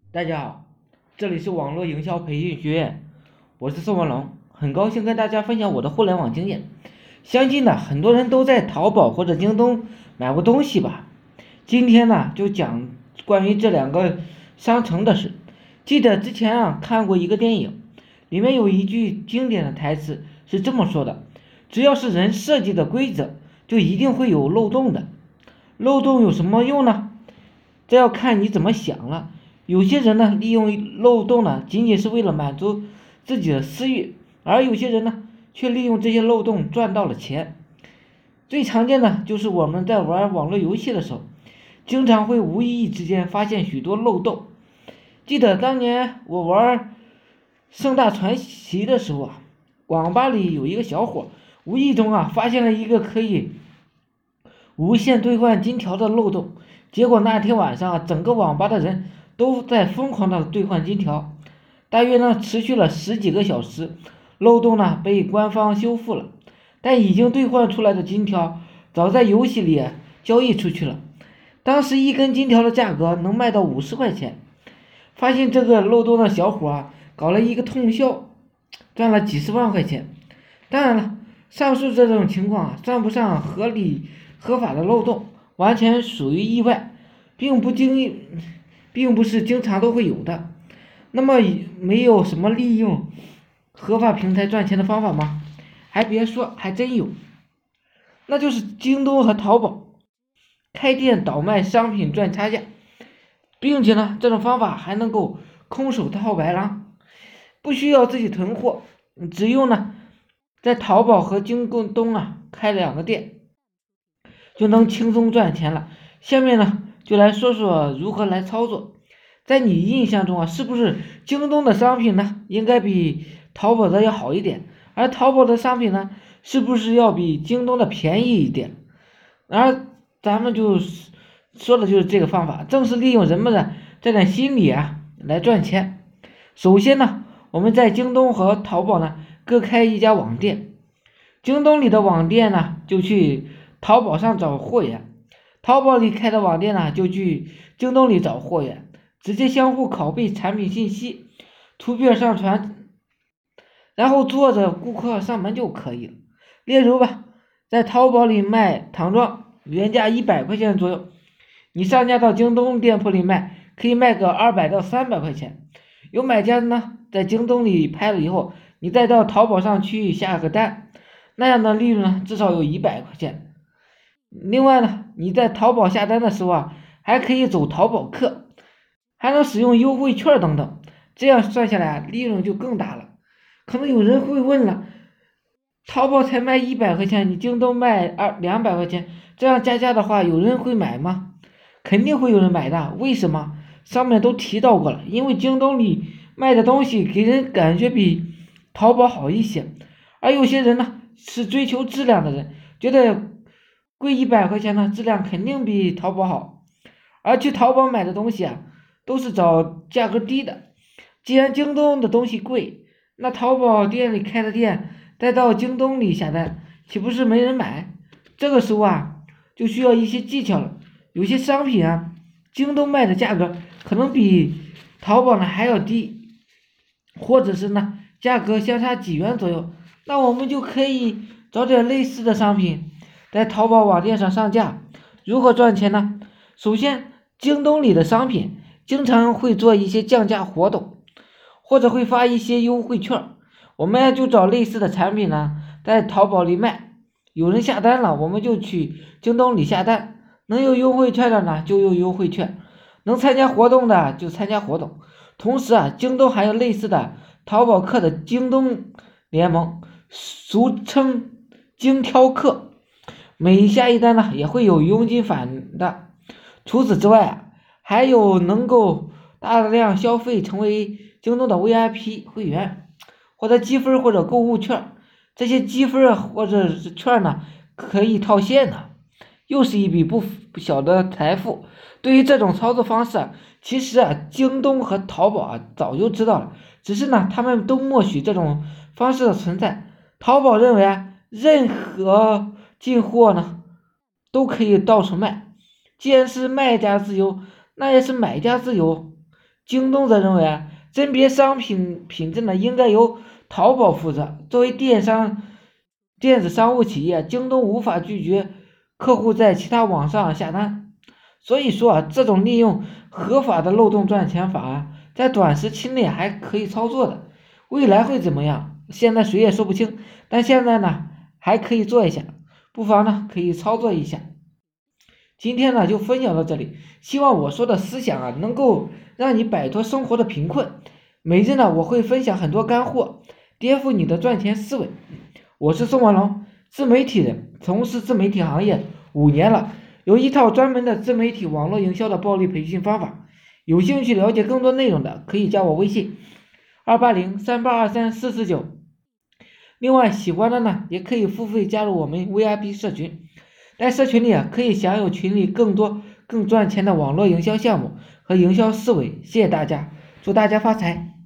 大家好，这里是网络营销培训学院，我是宋文龙，很高兴跟大家分享我的互联网经验。相信呢，很多人都在淘宝或者京东买过东西吧？今天呢，就讲关于这两个商城的事。记得之前看过一个电影，里面有一句经典的台词是这么说的：只要是人设计的规则，就一定会有漏洞的。漏洞有什么用呢？这要看你怎么想了。有些人呢，利用漏洞呢，仅仅是为了满足自己的私欲，而有些人呢，却利用这些漏洞赚到了钱。最常见的就是我们在玩网络游戏的时候，经常会无意之间发现许多漏洞。记得当年我玩盛大传奇的时候网吧里有一个小伙无意中发现了一个可以无限兑换金条的漏洞，结果那天晚上整个网吧的人都在疯狂的兑换金条，大约持续了十几个小时。漏洞被官方修复了，但已经兑换出来的金条早在游戏里交易出去了。当时一根金条的价格能卖到50块钱。发现这个漏洞的小伙搞了一个通宵，赚了几十万块钱。当然了，上述这种情况算不上合理合法的漏洞，完全属于意外，并不是经常都会有的。那么没有什么利用合法平台赚钱的方法吗？还别说，还真有，那就是京东和淘宝开店倒卖商品赚差价，并且这种方法还能够空手套白狼，不需要自己囤货，只用在淘宝和京东开两个店，就能轻松赚钱了。下面就来说说如何来操作。在你印象中是不是京东的商品应该比淘宝的要好一点，而淘宝的商品是不是要比京东的便宜一点？而咱们就说的就是这个方法，正是利用人们的这点心理来赚钱。首先我们在京东和淘宝各开一家网店，京东里的网店就去淘宝上找货源，淘宝里开的网店就去京东里找货源，直接相互拷贝产品信息，图片上传，然后坐着顾客上门就可以了。例如在淘宝里卖唐装，原价100块钱左右，你上架到京东店铺里卖，可以卖个200到300块钱。有买家在京东里拍了以后，你再到淘宝上去下个单，那样的利润至少有100块钱。另外你在淘宝下单的时候还可以走淘宝客，还能使用优惠券等等，这样算下来利润就更大了。可能有人会问了，淘宝才卖100块钱，你京东卖200块钱，这样加的话，有人会买吗？肯定会有人买的。为什么？上面都提到过了，因为京东里卖的东西给人感觉比淘宝好一些，而有些人是追求质量的人，觉得贵100块钱质量肯定比淘宝好，而去淘宝买的东西都是找价格低的。既然京东的东西贵，那淘宝店里开的店再到京东里下单，岂不是没人买？这个时候就需要一些技巧了。有些商品京东卖的价格可能比淘宝还要低，或者是价格相差几元左右，那我们就可以找点类似的商品在淘宝网店上上架。如何赚钱呢？首先，京东里的商品经常会做一些降价活动，或者会发一些优惠券，我们就找类似的产品在淘宝里卖，有人下单了，我们就去京东里下单，能有优惠券的就有优惠券，能参加活动的就参加活动。同时京东还有类似的淘宝客的京东联盟，俗称京挑客，每下一单也会有佣金返的。除此之外还有能够大量消费成为京东的 VIP 会员，获得积分或者购物券，这些积分或者是券可以套现又是一笔不小的财富。对于这种操作方式其实京东和淘宝早就知道了，只是他们都默许这种方式的存在。淘宝认为任何进货都可以到处卖，既然是卖家自由，那也是买家自由。 京东则认为甄别商品品质呢应该由淘宝负责。作为电子商务企业，京东无法拒绝客户在其他网上下单。所以说这种利用合法的漏洞赚钱法在短时期内还可以操作的。未来会怎么样？现在谁也说不清，但现在呢还可以做一下，不妨呢可以操作一下。今天呢就分享到这里，希望我说的思想能够让你摆脱生活的贫困。每日呢我会分享很多干货，颠覆你的赚钱思维。我是宋文龙，自媒体人，从事自媒体行业5年了，有一套专门的自媒体网络营销的暴力培训方法。有兴趣了解更多内容的，可以加我微信28038234449。另外喜欢的呢也可以付费加入我们 VIP 社群，在社群里可以享有群里更多更赚钱的网络营销项目和营销思维。谢谢大家，祝大家发财。